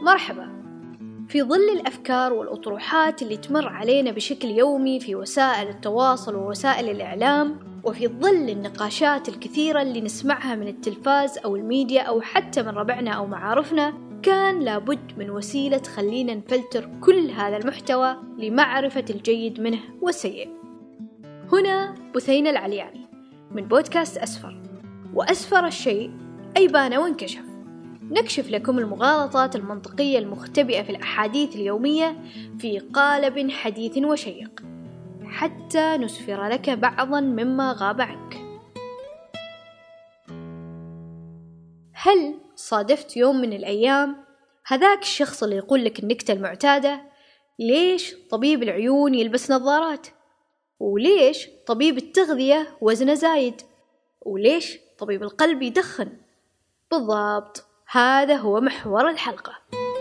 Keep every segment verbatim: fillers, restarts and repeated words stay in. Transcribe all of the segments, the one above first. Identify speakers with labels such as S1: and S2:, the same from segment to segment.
S1: مرحبا. في ظل الأفكار والأطروحات اللي تمر علينا بشكل يومي في وسائل التواصل ووسائل الإعلام، وفي ظل النقاشات الكثيرة اللي نسمعها من التلفاز أو الميديا أو حتى من ربعنا أو معارفنا، كان لابد من وسيلة تخلينا نفلتر كل هذا المحتوى لمعرفة الجيد منه والسيء. هنا بثينة العلياني من بودكاست أسفر، وأسفر الشيء أي بان وانكشف. نكشف لكم المغالطات المنطقية المختبئة في الأحاديث اليومية في قالب حديث وشيق، حتى نسفر لك بعضا مما غاب عنك. هل صادفت يوم من الأيام هذاك الشخص اللي يقول لك النكتة المعتادة: ليش طبيب العيون يلبس نظارات؟ وليش طبيب التغذية وزنه زايد؟ وليش طبيب القلب يدخن؟ بالضبط، هذا هو محور الحلقة.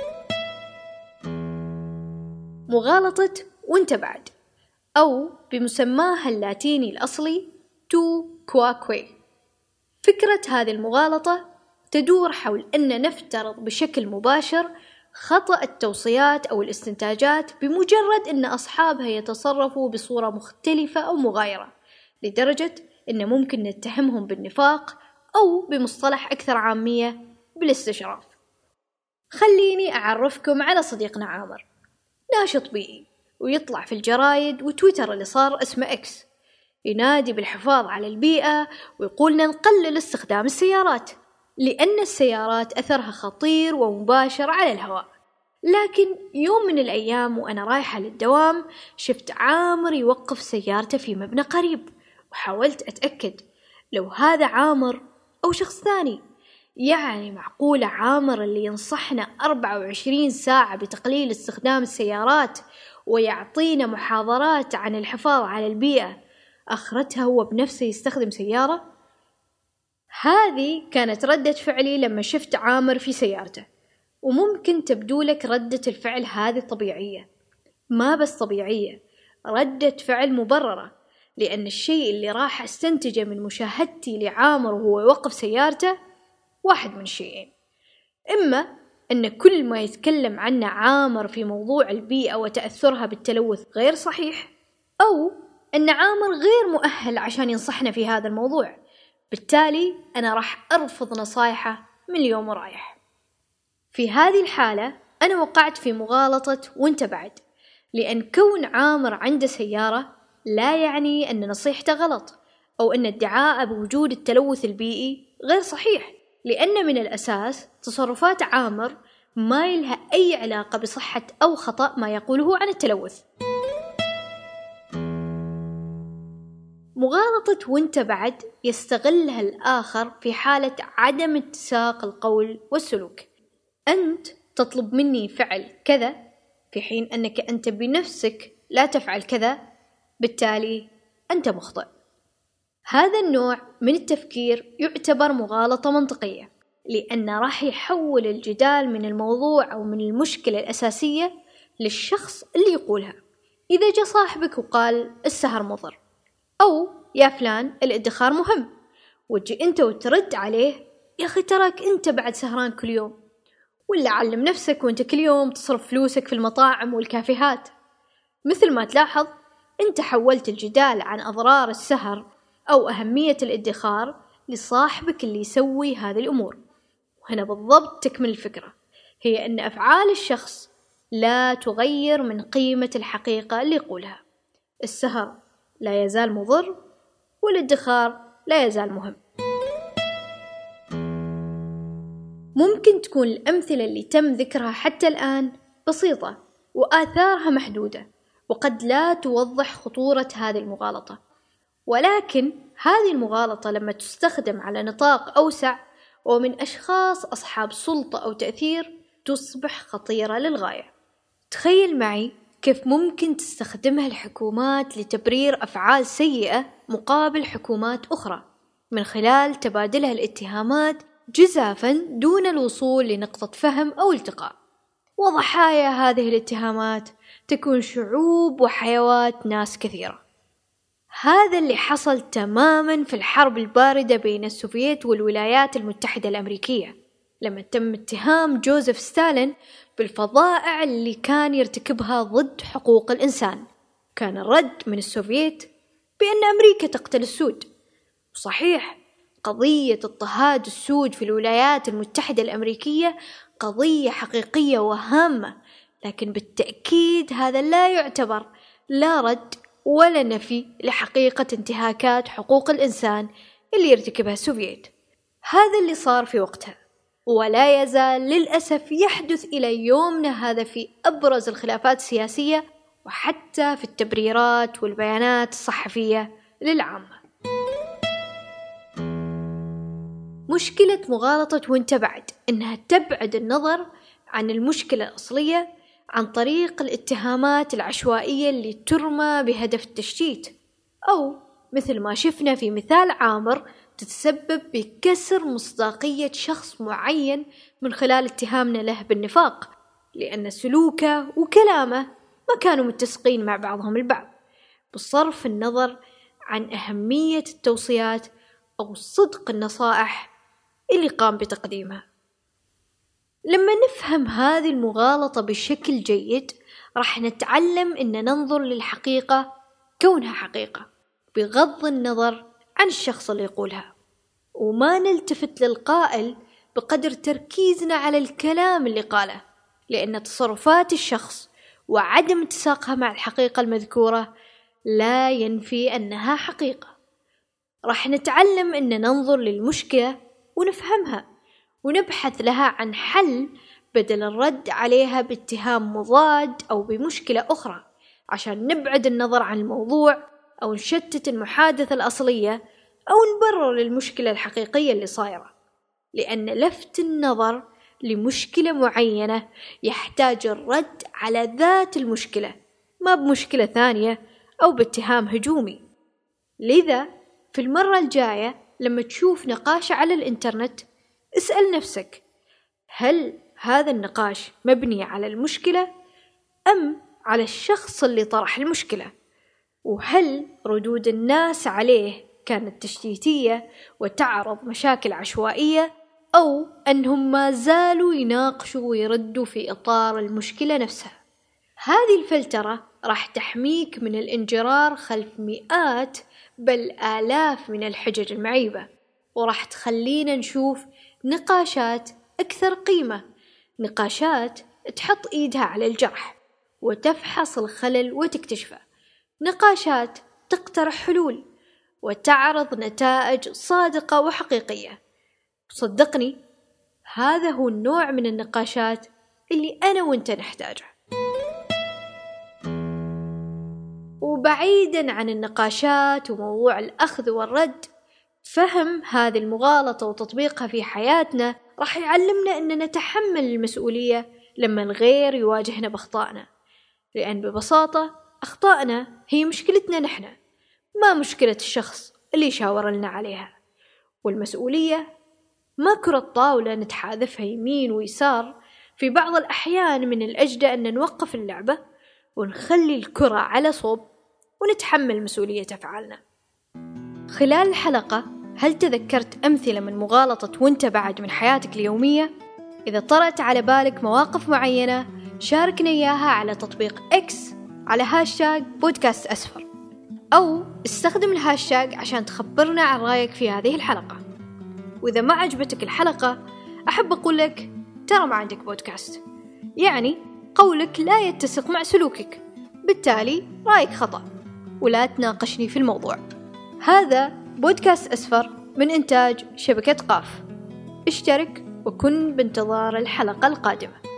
S1: مغالطة وانت بعد، أو بمسماها اللاتيني الأصلي تو كواكوي. فكرة هذه المغالطة تدور حول أن نفترض بشكل مباشر خطأ التوصيات أو الاستنتاجات بمجرد أن أصحابها يتصرفوا بصورة مختلفة أو مغايرة، لدرجة أن ممكن نتهمهم بالنفاق أو بمصطلح أكثر عامية بالاستشراف. خليني أعرفكم على صديقنا عامر، ناشط بيئي ويطلع في الجرايد وتويتر اللي صار اسمه إكس، ينادي بالحفاظ على البيئة ويقولنا نقلل استخدام السيارات لأن السيارات أثرها خطير ومباشر على الهواء. لكن يوم من الأيام وأنا رايحة للدوام شفت عامر يوقف سيارته في مبنى قريب، وحاولت أتأكد لو هذا عامر أو شخص ثاني. يعني معقولة عامر اللي ينصحنا أربعة وعشرين ساعة بتقليل استخدام السيارات ويعطينا محاضرات عن الحفاظ على البيئة، آخرتها هو بنفسه يستخدم سيارة؟ هذه كانت ردة فعلي لما شفت عامر في سيارته. وممكن تبدو لك ردة الفعل هذه طبيعية، ما بس طبيعية، ردة فعل مبررة، لأن الشيء اللي راح استنتجه من مشاهدتي لعامر وهو يوقف سيارته واحد من الشيئين: إما أن كل ما يتكلم عنه عامر في موضوع البيئة وتأثرها بالتلوث غير صحيح، أو أن عامر غير مؤهل عشان ينصحنا في هذا الموضوع، بالتالي أنا راح أرفض نصايحه من اليوم ورايح. في هذه الحالة أنا وقعت في مغالطة وانت بعد، لأن كون عامر عنده سيارة لا يعني أن نصيحته غلط، أو أن ادعاء بوجود التلوث البيئي غير صحيح، لأن من الأساس تصرفات عامر ما لها أي علاقة بصحة أو خطأ ما يقوله عن التلوث. مغالطة وانت بعد يستغلها الآخر في حالة عدم اتساق القول والسلوك. أنت تطلب مني فعل كذا في حين أنك أنت بنفسك لا تفعل كذا، بالتالي أنت مخطئ. هذا النوع من التفكير يعتبر مغالطة منطقية، لأنه راح يحول الجدال من الموضوع أو من المشكلة الأساسية للشخص اللي يقولها. إذا جاء صاحبك وقال السهر مضر، أو يا فلان الادخار مهم، وتجي أنت وترد عليه: يا أخي تراك أنت بعد سهران كل يوم، ولا علم نفسك وأنت كل يوم تصرف فلوسك في المطاعم والكافيهات. مثل ما تلاحظ أنت حولت الجدال عن أضرار السهر أو أهمية الادخار لصاحبك اللي يسوي هذه الأمور. وهنا بالضبط تكمل الفكرة، هي أن أفعال الشخص لا تغير من قيمة الحقيقة اللي يقولها. السهر لا يزال مضر، والادخار لا يزال مهم. ممكن تكون الأمثلة اللي تم ذكرها حتى الآن بسيطة وآثارها محدودة، وقد لا توضح خطورة هذه المغالطة، ولكن هذه المغالطة لما تستخدم على نطاق أوسع ومن أشخاص أصحاب سلطة أو تأثير تصبح خطيرة للغاية. تخيل معي كيف ممكن تستخدمها الحكومات لتبرير أفعال سيئة مقابل حكومات أخرى، من خلال تبادلها الاتهامات جزافا دون الوصول لنقطة فهم أو التقاء. وضحايا هذه الاتهامات تكون شعوب وحيوات ناس كثيرة. هذا اللي حصل تماما في الحرب الباردة بين السوفييت والولايات المتحدة الأمريكية، لما تم اتهام جوزيف ستالين بالفظائع اللي كان يرتكبها ضد حقوق الإنسان. كان الرد من السوفييت بأن أمريكا تقتل السود. وصحيح قضية اضطهاد السود في الولايات المتحدة الأمريكية قضية حقيقية وهامة، لكن بالتأكيد هذا لا يعتبر لا رد ولا نفي لحقيقة انتهاكات حقوق الإنسان اللي يرتكبها السوفييت. هذا اللي صار في وقتها، ولا يزال للأسف يحدث إلى يومنا هذا في أبرز الخلافات السياسية وحتى في التبريرات والبيانات الصحفية للعامة. مشكلة مغالطة وانت بعد إنها تبعد النظر عن المشكلة الأصلية عن طريق الاتهامات العشوائية اللي ترمى بهدف التشتيت، أو مثل ما شفنا في مثال عامر تتسبب بكسر مصداقية شخص معين من خلال اتهامنا له بالنفاق، لأن سلوكه وكلامه ما كانوا متسقين مع بعضهم البعض، بصرف النظر عن أهمية التوصيات أو صدق النصائح اللي قام بتقديمها. لما نفهم هذه المغالطة بشكل جيد راح نتعلم إن ننظر للحقيقة كونها حقيقة بغض النظر عن الشخص اللي يقولها، وما نلتفت للقائل بقدر تركيزنا على الكلام اللي قاله، لأن تصرفات الشخص وعدم اتساقها مع الحقيقة المذكورة لا ينفي أنها حقيقة. راح نتعلم أن ننظر للمشكلة ونفهمها ونبحث لها عن حل بدل الرد عليها باتهام مضاد أو بمشكلة أخرى، عشان نبعد النظر عن الموضوع أو نشتت المحادثة الأصلية أو نبرر المشكلة الحقيقية اللي صايرة، لأن لفت النظر لمشكلة معينة يحتاج الرد على ذات المشكلة ما بمشكلة ثانية أو باتهام هجومي. لذا في المرة الجاية لما تشوف نقاش على الإنترنت اسأل نفسك، هل هذا النقاش مبني على المشكلة أم على الشخص اللي طرح المشكلة؟ وهل ردود الناس عليه كانت تشتيتية وتعرض مشاكل عشوائية، أو أنهم ما زالوا يناقشوا ويردوا في إطار المشكلة نفسها؟ هذه الفلترة راح تحميك من الانجرار خلف مئات بل آلاف من الحجج المعيبة، وراح تخلينا نشوف نقاشات أكثر قيمة، نقاشات تحط إيدها على الجرح وتفحص الخلل وتكتشفه، نقاشات تقترح حلول وتعرض نتائج صادقة وحقيقية. صدقني هذا هو النوع من النقاشات اللي أنا وإنت نحتاجه. وبعيدا عن النقاشات وموضوع الأخذ والرد، فهم هذه المغالطة وتطبيقها في حياتنا راح يعلمنا أن نتحمل المسؤولية لما الغير يواجهنا بأخطائنا، لأن ببساطة أخطائنا هي مشكلتنا نحن، ما مشكلة الشخص اللي يشاور لنا عليها. والمسؤولية ما كرة طاولة نتحاذفها يمين ويسار، في بعض الأحيان من الأجدى أن نوقف اللعبة ونخلي الكرة على صوب ونتحمل مسؤولية أفعالنا. خلال الحلقة هل تذكرت أمثلة من مغالطة وانت بعد من حياتك اليومية؟ إذا طرأت على بالك مواقف معينة شاركنا إياها على تطبيق إكس على هاشتاج بودكاست أسفر، أو استخدم الهاشتاج عشان تخبرنا عن رأيك في هذه الحلقة. وإذا ما عجبتك الحلقة أحب أقول لك ترى ما عندك بودكاست، يعني قولك لا يتسق مع سلوكك، بالتالي رأيك خطأ ولا تناقشني في الموضوع. هذا بودكاست أسفر من إنتاج شبكة قاف. اشترك وكن بانتظار الحلقة القادمة.